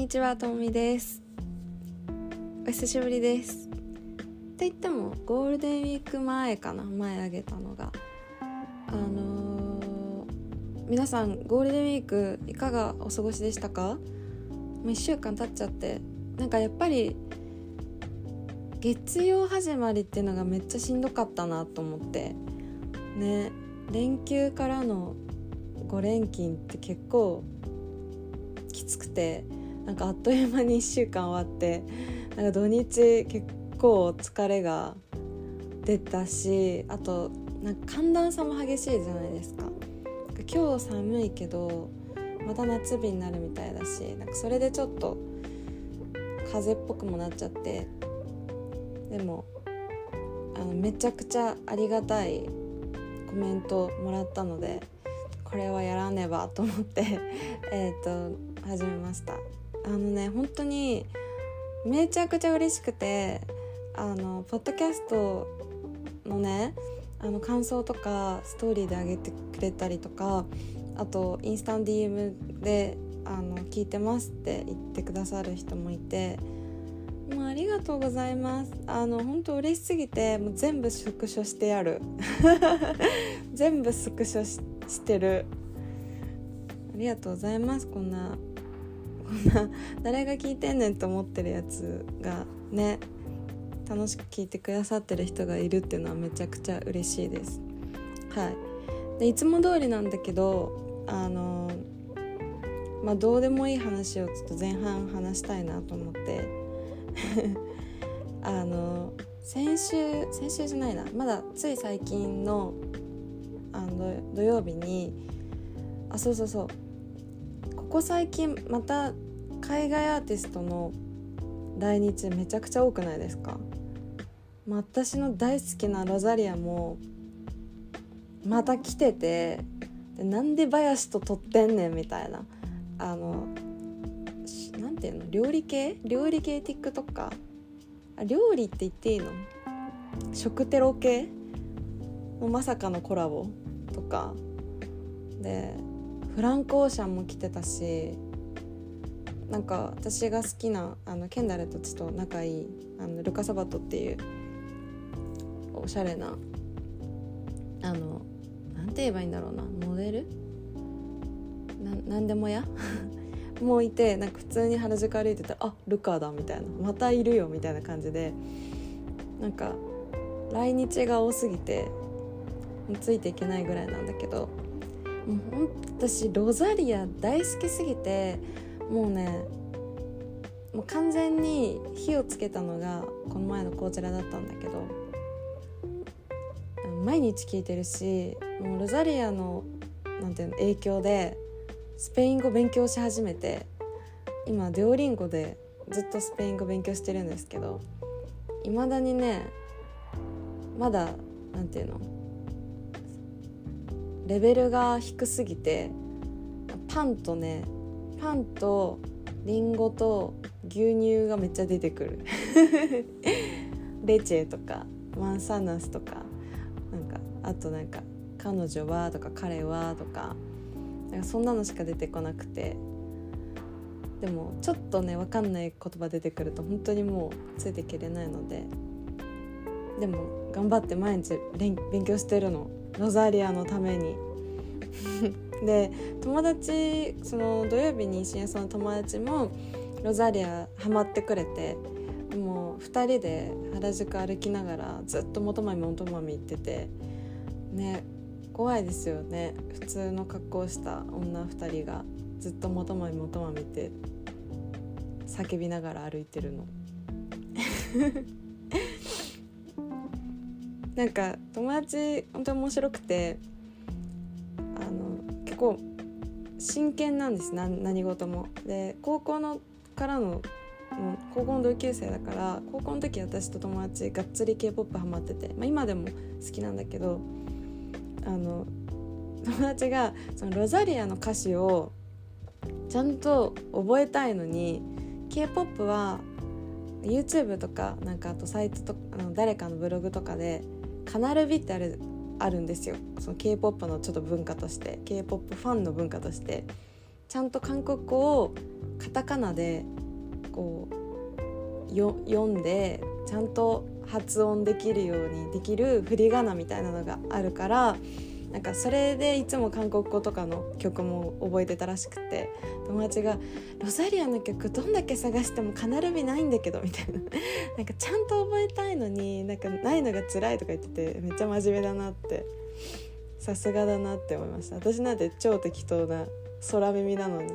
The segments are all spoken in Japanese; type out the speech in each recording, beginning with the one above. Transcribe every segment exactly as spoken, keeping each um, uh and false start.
ちは、ともみです。お久しぶりです。と言ってもゴールデンウィーク前かな前あげたのがあのー、皆さんゴールデンウィークいかがお過ごしでしたか？もういっしゅうかん経っちゃって、なんかやっぱり月曜始まりっていうのがめっちゃしんどかったなと思ってね。連休からのご連勤って結構きつくて、なんかあっという間にいっしゅうかん終わって、なんか土日結構疲れが出たし、あとなんか寒暖差も激しいじゃないですか。今日寒いけどまた夏日になるみたいだし、なんかそれでちょっと風邪っぽくもなっちゃって、でもあのめちゃくちゃありがたいコメントもらったので、これはやらねばと思ってえっと始めました。あのね本当にめちゃくちゃ嬉しくて、あのポッドキャストのねあの感想とかストーリーで上げてくれたりとか、あとインスタの ディーエム であの聞いてますって言ってくださる人もいて、もうありがとうございます。あの本当嬉しすぎて、もう全部スクショしてやる全部スクショ し, してるありがとうございます。こんなこんな誰が聞いてんねんと思ってるやつがね、楽しく聞いてくださってる人がいるっていうのはめちゃくちゃ嬉しいです。はい。でいつも通りなんだけど、あのまあどうでもいい話をちょっと前半話したいなと思ってあの先週先週じゃないなまだつい最近のあの土曜日にあそうそうそうここ最近また海外アーティストの来日めちゃくちゃ多くないですか？まあ、私の大好きなロザリアもまた来てて、でなんでバヤシと撮ってんねんみたいな、あのなんていうの料理系料理系 TikToker、 あ料理って言っていいの？食テロ系のまさかのコラボとかで、フランク・オーシャンも来てたし、なんか私が好きなあのケンダルたちと仲いいあのルカ・サバトっていうおしゃれなあのなんて言えばいいんだろうなモデルななんでもやもういて、なんか普通に原宿歩いてたらあルカだみたいな、またいるよみたいな感じで、なんか来日が多すぎてついていけないぐらいなんだけど、もうほん私ロザリア大好きすぎて、もうねもう完全に火をつけたのがこの前のコーチェラだったんだけど、毎日聞いてるし、もうロザリアのなんていうの影響でスペイン語勉強し始めて、今デュオリンゴでずっとスペイン語勉強してるんですけど、いまだにねまだなんていうのレベルが低すぎて、パンとねパンとリンゴと牛乳がめっちゃ出てくるレチェとかマンサナスとか、なんかあとなんか彼女はとか彼はとか、なんかそんなのしか出てこなくて、でもちょっとね分かんない言葉出てくると本当にもうついていけれないので、でも頑張って毎日勉強してるの、ロザリアのためにで友達その土曜日に一緒にその友達もロザリアハマってくれて、もうふたりで原宿歩きながらずっと元まみ元まみ行っててね、怖いですよね。普通の格好をした女ふたりがずっと元まみ元まみって叫びながら歩いてるのなんか友達本当に面白くて、あの結構真剣なんです。何、何事もで、高校のからの高校の同級生だから、高校の時私と友達がっつり K-ポップ ハマってて、まあ、今でも好きなんだけど、あの友達がそのロザリアの歌詞をちゃんと覚えたいのに K-ポップ は YouTube とかなんかあとサイトとかあの誰かのブログとかでカナルビってあるあるんですよ。その K-ポップ のちょっと文化として、 K-ポップ ファンの文化としてちゃんと韓国語をカタカナでこうよ読んでちゃんと発音できるようにできる振り仮名みたいなのがあるから、なんかそれでいつも韓国語とかの曲も覚えてたらしくて、友達がロザリアの曲どんだけ探してもカナルビないんだけどみたいななんかちゃんと覚えたいのになんかないのが辛いとか言ってて、めっちゃ真面目だなって、さすがだなって思いました。私なんて超適当な空耳なのに、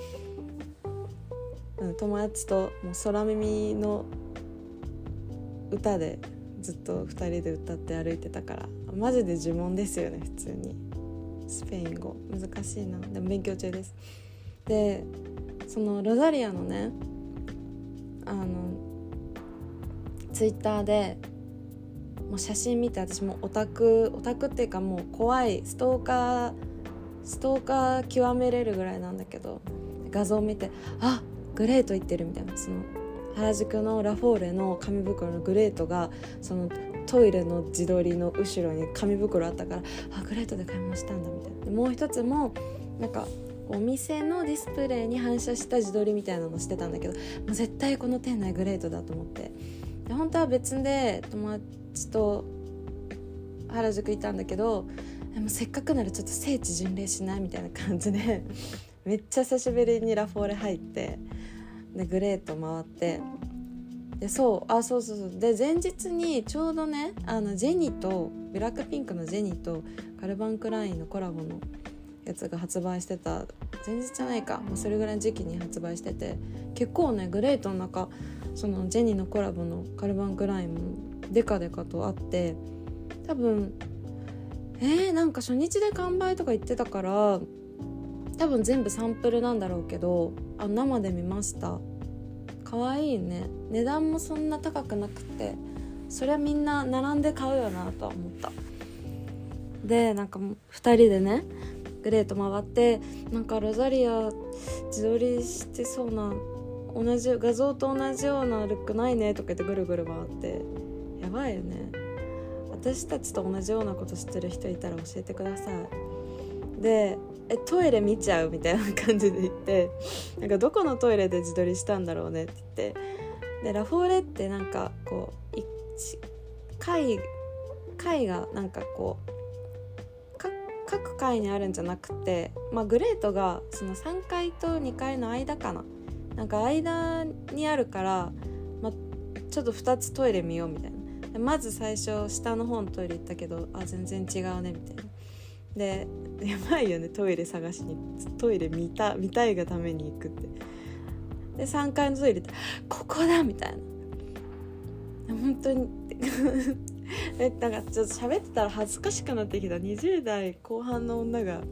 友達ともう空耳の歌でずっとふたりで歌って歩いてたから、マジで呪文ですよね。普通にスペイン語難しいな、でも勉強中です。でそのロザリアのね、あのツイッターでもう写真見て、私もオタクオタクっていうかもう怖いストーカーストーカー極めれるぐらいなんだけど、画像見てあグレート言ってるみたいな、その原宿のラフォーレの紙袋のグレートがそのトイレの自撮りの後ろに紙袋あったから、あグレートで買い物したんだみたいな。でもう一つもなんかお店のディスプレイに反射した自撮りみたいなのしてたんだけど、もう絶対この店内グレートだと思って、で本当は別で友達と原宿いたんだけど、でもせっかくならちょっと聖地巡礼しないみたいな感じでめっちゃ久しぶりにラフォーレ入って、でグレート回って、でそうあそうそうそうで前日にちょうどね、あのジェニとブラックピンクのジェニとカルバンクラインのコラボのやつが発売してた、前日じゃないか、もうそれぐらいの時期に発売してて、結構ねグレートの中そのジェニのコラボのカルバンクラインもデカデカとあって、多分えー、なんか初日で完売とか言ってたから、多分全部サンプルなんだろうけど、あ生で見ました。可愛いね。値段もそんな高くなくて、そりゃみんな並んで買うよなとは思った。でなんかふたりでねグレート回って、なんかロザリア自撮りしてそうな同じ画像と同じようなルックないねとか言ってぐるぐる回って、やばいよね。私たちと同じようなこと知ってる人いたら教えてください。でえトイレ見ちゃうみたいな感じで言って、なんかどこのトイレで自撮りしたんだろうねって言って、でラフォーレってなんかこう階階がなんかこう各階にあるんじゃなくて、まあ、グレートがそのさんがいとにかいの間かな、なんか間にあるから、まあ、ちょっとふたつトイレ見ようみたいな。まず最初下の方のトイレ行ったけど、あ全然違うねみたいな。でやばいよね、トイレ探しにトイレ見た見たいがために行くって。でさんがいのトイレってここだみたいな、本当にえなんかちょっと喋ってたら恥ずかしくなってきた。にじゅう代後半の女が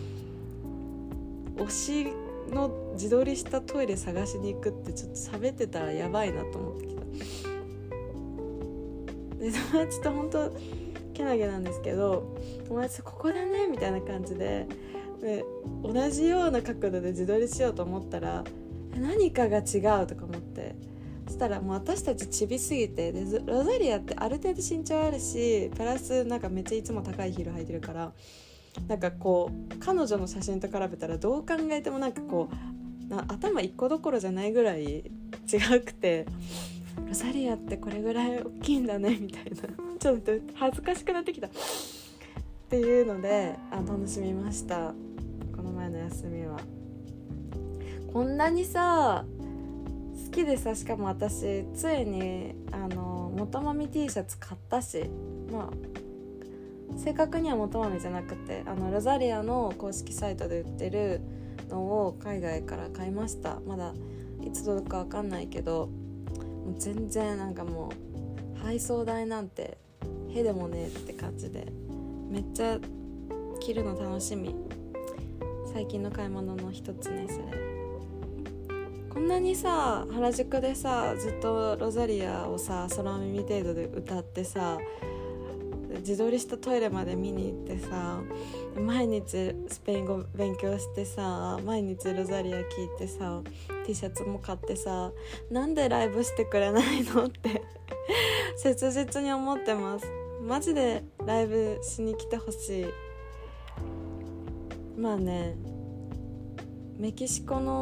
推しの自撮りしたトイレ探しに行くってちょっと喋ってたらやばいなと思ってきた。で友達と本当けなげなんですけど、友達とここだねみたいな感じで、で同じような角度で自撮りしようと思ったら何かが違うとか思って、そしたらもう私たちちびすぎて、でロザリアってある程度身長あるし、プラスなんかめっちゃいつも高いヒール履いてるから、なんかこう彼女の写真と比べたらどう考えてもなんかこうな頭いっこどころじゃないぐらい違くて、ロザリアってこれぐらい大きいんだねみたいなちょっと恥ずかしくなってきたっていうので、あ楽しみました。この前の休みはこんなにさ好きでさ、しかも私ついにあの元まみ T シャツ買ったし、まあ正確には元まみじゃなくてあのロザリアの公式サイトで売ってるのを海外から買いました。まだいつ届くか分かんないけど、もう全然なんかもう配送代なんてへでもねえって感じで、めっちゃ着るの楽しみ。最近の買い物の一つね。それこんなにさ原宿でさずっとロザリアをさ空耳程度で歌ってさ、自撮りしたトイレまで見に行ってさ、毎日スペイン語勉強してさ、毎日ロザリア聴いてさ、 T シャツも買ってさ、なんでライブしてくれないのって切実に思ってます。マジでライブしに来てほしい。まあねメキシコの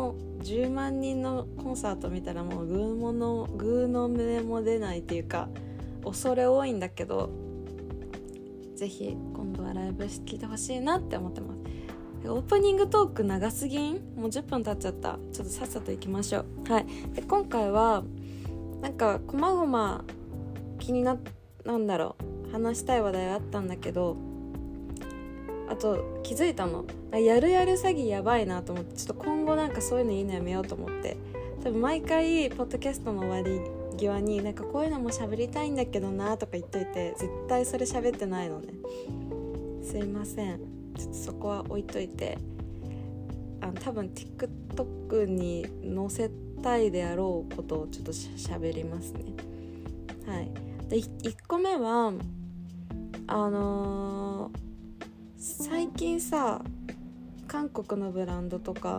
じゅうまんにんのコンサート見たらもうグーものグーの胸も出ないっていうか恐れ多いんだけど、ぜひ今度はライブ聞いてほしいなって思ってます。オープニングトーク長すぎん？もうじゅっぷん経っちゃった。ちょっとさっさと行きましょう。はい。で今回はなんかこまごま気にななんだろう話したい話題あったんだけど、あと気づいたのやるやる詐欺やばいなと思って、ちょっと今後なんかそういうのいいのやめようと思って、多分毎回ポッドキャストの終わり際になんかこういうのも喋りたいんだけどなとか言っといて、絶対それ喋ってないのね。すいません、ちょっとそこは置いといて、あの多分 TikTok に載せたいであろうことをちょっとしゃべりますね。はい。でいっこめはあのー、最近さ韓国のブランドとか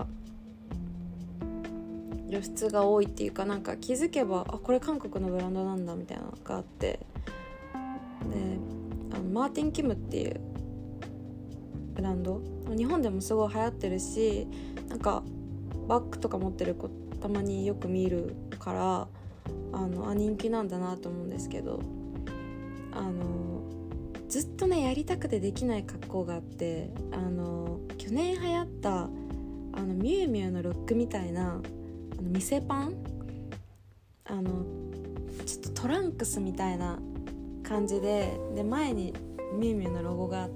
露出が多いっていうか、なんか気づけばあこれ韓国のブランドなんだみたいなのがあって、であのマーティン・キムっていうブランド日本でもすごい流行ってるし、なんかバッグとか持ってる子たまによく見るからあのあ人気なんだなと思うんですけど、あのずっとねやりたくてできない格好があって、あの去年流行ったあのミュウミュウのロックみたいなあの店パン、あのちょっとトランクスみたいな感じで、で前にミュウミュウのロゴがあって、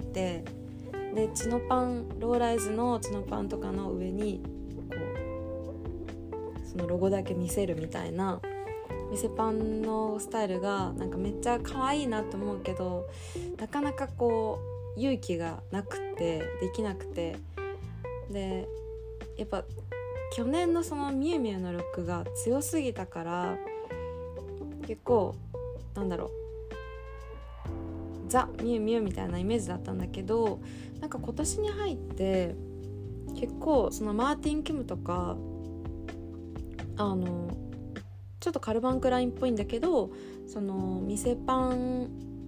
でチノパンローライズのチノパンとかの上にこうそのロゴだけ見せるみたいな店パンのスタイルがなんかめっちゃ可愛いなと思うけど、なかなかこう勇気がなくてできなくて、でやっぱ去年のそのミュウミュウのロックが強すぎたから結構なんだろうザ・ミュウミュウみたいなイメージだったんだけど、なんか今年に入って結構そのマーティン・キムとかあのちょっとカルバンクラインっぽいんだけど、その店パン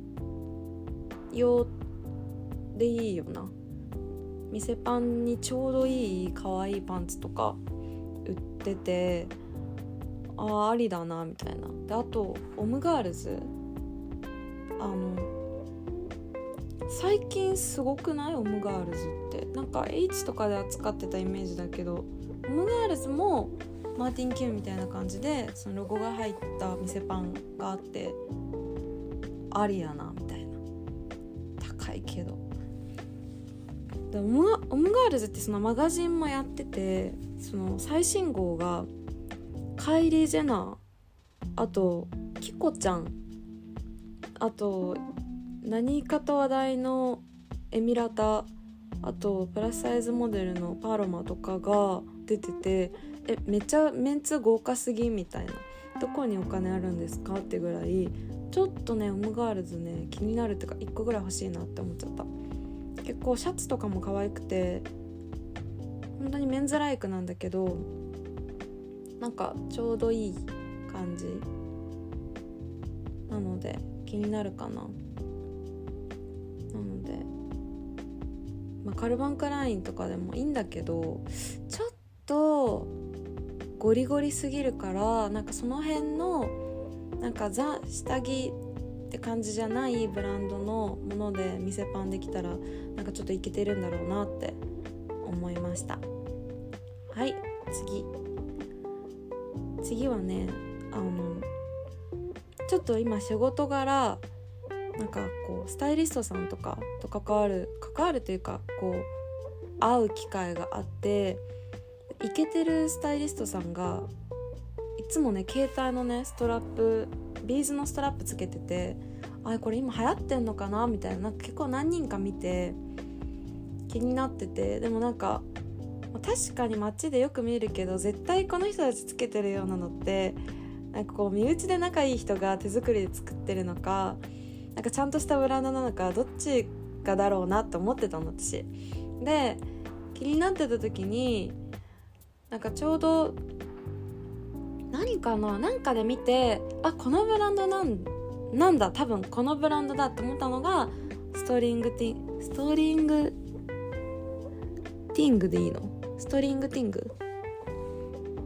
用でいいよな、店パンにちょうどいい可愛いパンツとか売ってて、ああありだなみたいな。であとオムガールズ、あの最近すごくない？オムガールズってなんか H とかで扱ってたイメージだけど、オムガールズもマーティン・キムみたいな感じでそのロゴが入った店パンがあって、ありやなみたいな。高いけどでオムガ、オムガールズってそのマガジンもやってて、その最新号がカイリー・ジェナー、あとキコちゃん、あと何かと話題のエミラタ、あとプラスサイズモデルのパロマとかが出てて、えめっちゃメンツ豪華すぎみたいな、どこにお金あるんですかってぐらいちょっとねオムガールズね気になるっていうかいっこぐらい欲しいなって思っちゃった。結構シャツとかも可愛くて本当にメンズライクなんだけど、なんかちょうどいい感じなので気になるかな。なので、まあ、カルバンクラインとかでもいいんだけど、ちょっとゴリゴリすぎるから、なんかその辺のなんかザ下着って感じじゃないブランドのもので店パンできたらなんかちょっとイケてるんだろうなって思いました。はい、次次はね、あのちょっと今仕事柄なんかこうスタイリストさんとかと関わる関わるというかこう会う機会があって、イケてるスタイリストさんがいつもね携帯のねストラップビーズのストラップつけてて、あこれ今流行ってんのかなみたいな、なんか結構何人か見て気になってて、でもなんか確かに街でよく見るけど絶対この人たちつけてるようなのってなんかこう身内で仲いい人が手作りで作ってるのか、なんかちゃんとしたブランドなのか、どっちがだろうなって思ってたの私で。気になってた時になんかちょうど何かななんかで見て、あこのブランドなんなんだ多分このブランドだって思ったのがストリングティンストリングティングでいいのストリングティング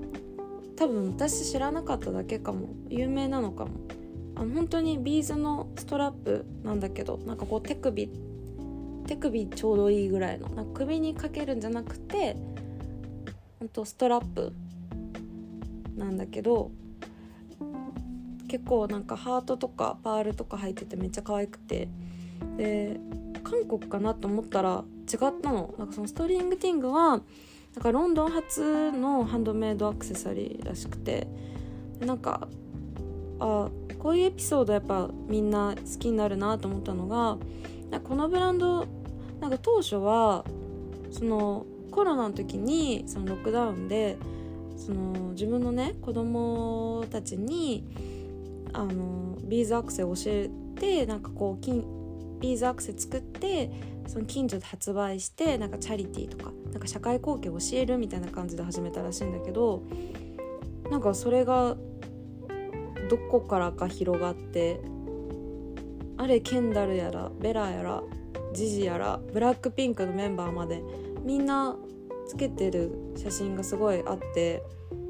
多分私知らなかっただけかも。有名なのかも。あの本当にビーズのストラップなんだけど、なんかこう手首手首ちょうどいいぐらいの、なんか首にかけるんじゃなくて本当ストラップなんだけど、結構なんかハートとかパールとか入っててめっちゃ可愛くて、で韓国かなと思ったら違ったの。なんかそのストリングティングはなんかロンドン発のハンドメイドアクセサリーらしくて、なんかあこういうエピソードやっぱみんな好きになるなと思ったのが、なんかこのブランドなんか当初はそのコロナの時にそのロックダウンでその自分のね子供たちにあのビーズアクセを教えて、なんかこう金ビーズアクセ作ってその近所で発売して、なんかチャリティーとかなんか社会貢献を教えるみたいな感じで始めたらしいんだけど、なんかそれがどこからか広がって、あれケンダルやらベラやらジジやらブラックピンクのメンバーまでみんなつけてる写真がすごいあって、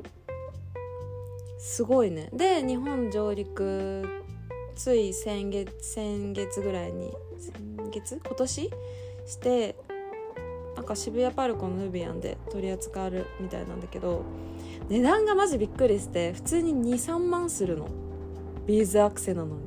すごいね。で日本上陸つい先月先月ぐらいに先月今年して、なんか渋谷パルコのヌビアンで取り扱われるみたいなんだけど、値段がマジびっくりして、普通に にさんまんするの、ビーズアクセなのに。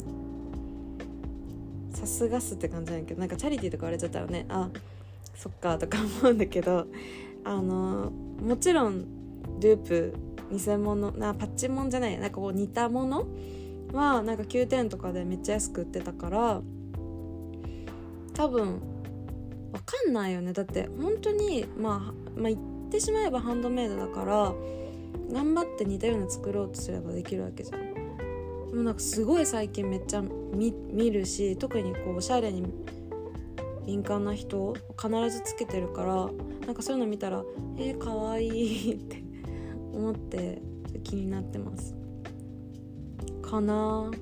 さすがっすって感じなんやけど、なんかチャリティーとか言われちゃったらね、あそっかとか思うんだけど、あのもちろんデュープ偽物なパッチモンじゃない、なんかこう似たものはなんかきゅうてんとかでめっちゃ安く売ってたから、多分わかんないよね。だって本当にまあ、まあ、言ってしまえばハンドメイドだから頑張って似たような作ろうとすればできるわけじゃん。でもなんかすごい最近めっちゃ 見, 見るし、特にこうおしゃれに敏感な人必ずつけてるから、なんかそういうの見たらえー、かわいいって思って気になってますかな。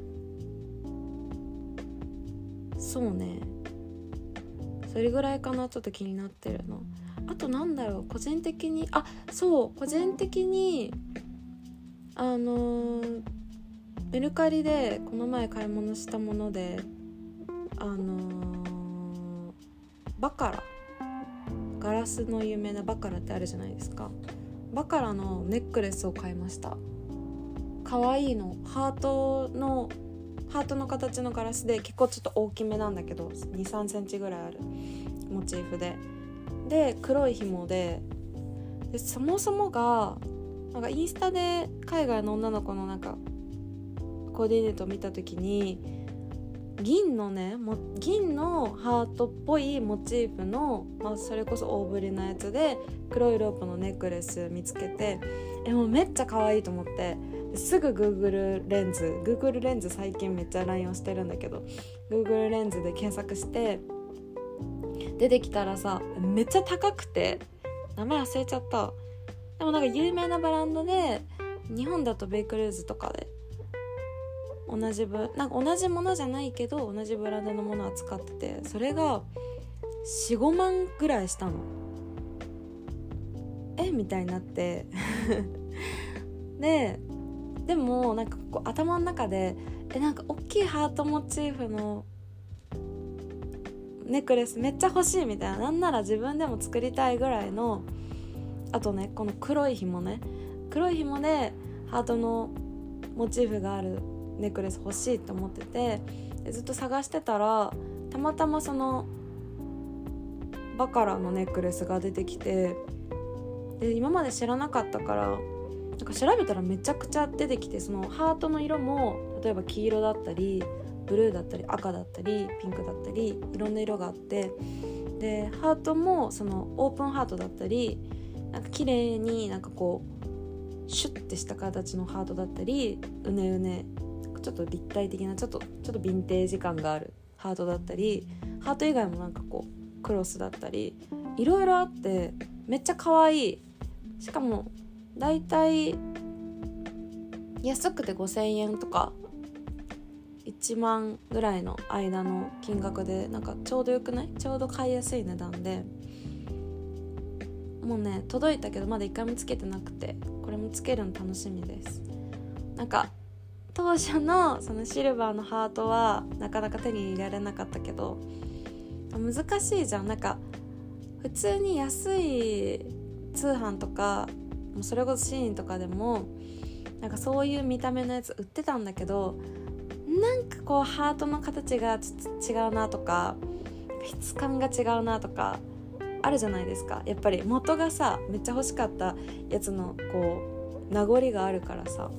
そうね、それぐらいかな。ちょっと気になってるの。あとなんだろう、個人的にあそう個人的にあのー、メルカリでこの前買い物したもので、あのー、バカラガラスの有名なバカラってあるじゃないですか。バカラのネックレスを買いました。かわいいの、ハートのハートの形のガラスで結構ちょっと大きめなんだけど にさんセンチぐらいあるモチーフで、で黒い紐で、でそもそもがなんかインスタで海外の女の子のなんかコーディネートを見た時に、銀のねも銀のハートっぽいモチーフの、まあ、それこそ大ぶりなやつで黒いロープのネックレス見つけて、えもうめっちゃ可愛いと思って、すぐ Google レンズ Google レンズ最近めっちゃ乱用してるんだけど Google レンズで検索して出てきたらさ、めっちゃ高くて名前忘れちゃった。でもなんか有名なブランドで、日本だとベイクルーズとかで同じブなんか同じものじゃないけど同じブランドのものを扱ってて、それが よん,ご 万ぐらいしたの。えみたいになってででもなんかこう頭の中でえなんか大きいハートモチーフのネックレスめっちゃ欲しいみたいな、なんなら自分でも作りたいぐらいの、あとねこの黒い紐ね黒い紐でハートのモチーフがあるネックレス欲しいって思ってて、でずっと探してたらたまたまそのバカラのネックレスが出てきて、で今まで知らなかったからなんか調べたらめちゃくちゃ出てきて、そのハートの色も例えば黄色だったりブルーだったり赤だったりピンクだったりいろんな色があって、でハートもそのオープンハートだったりなんか綺麗になんかこうシュッてした形のハートだったり、うねうねちょっと立体的なちょっとちょっとヴィンテージ感があるハートだったり、ハート以外もなんかこうクロスだったりいろいろあってめっちゃ可愛い。しかもだいたい安くてごせんえんとかいちまんぐらいの間の金額で、なんかちょうどよくない？ちょうど買いやすい値段でもうね届いたけどまだ一回もつけてなくて、これもつけるの楽しみです。なんか当初のそのシルバーのハートはなかなか手に入れられなかったけど、難しいじゃん。なんか普通に安い通販とかもうそれこそシーインとかでもなんかそういう見た目のやつ売ってたんだけど、なんかこうハートの形がちょっと違うなとか質感が違うなとかあるじゃないですか。やっぱり元がさめっちゃ欲しかったやつのこう名残があるからさ、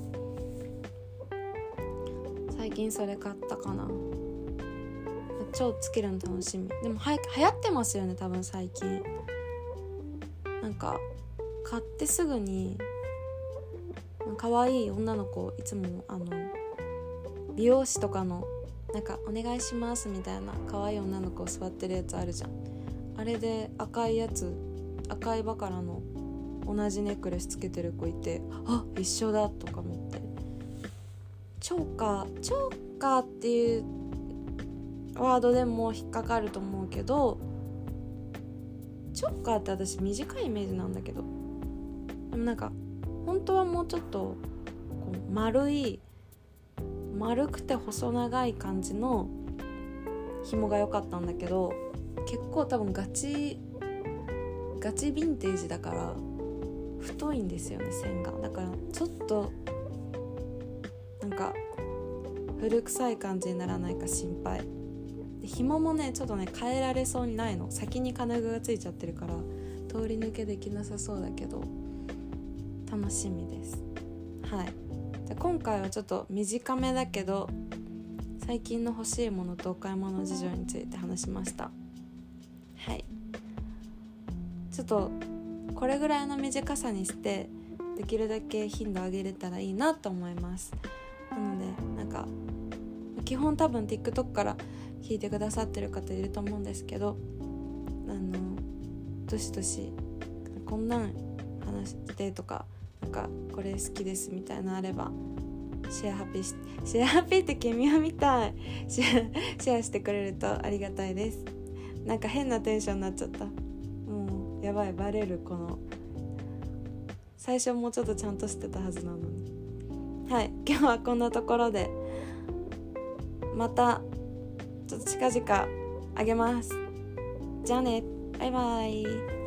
最近それ買ったかな。超つけるの楽しみ。でもは流行ってますよね多分最近。なんか買ってすぐに可愛い女の子、いつもあの美容師とかのなんかお願いしますみたいな可愛い女の子座ってるやつあるじゃん。あれで赤いやつ、赤いバカラの同じネックレスつけてる子いて、あ一緒だとか思って。チョーカーチョーカーっていうワードでも引っかかると思うけど、チョーカーって私短いイメージなんだけど、でもなんか本当はもうちょっとこう丸い丸くて細長い感じの紐が良かったんだけど、結構多分ガチガチヴィンテージだから太いんですよね線が。だからちょっとなんか古臭い感じにならないか心配で、紐もねちょっとね変えられそうにないの。先に金具がついちゃってるから通り抜けできなさそうだけど楽しみです。はい。じゃ今回はちょっと短めだけど最近の欲しいものとお買い物事情について話しました。はい。ちょっとこれぐらいの短さにしてできるだけ頻度上げれたらいいなと思います。なのでなんか基本多分 TikTok から聞いてくださってる方いると思うんですけど、あのどしどしこんなん話してとか、なんかこれ好きですみたいなのあればシェアハピシェアハピって君はみたいシェア、シェアしてくれるとありがたいです。なんか変なテンションになっちゃった。もうやばい、バレる。この最初もうちょっとちゃんとしてたはずなのに。はい、今日はこんなところでまたちょっと近々あげます。じゃあね、バイバイ。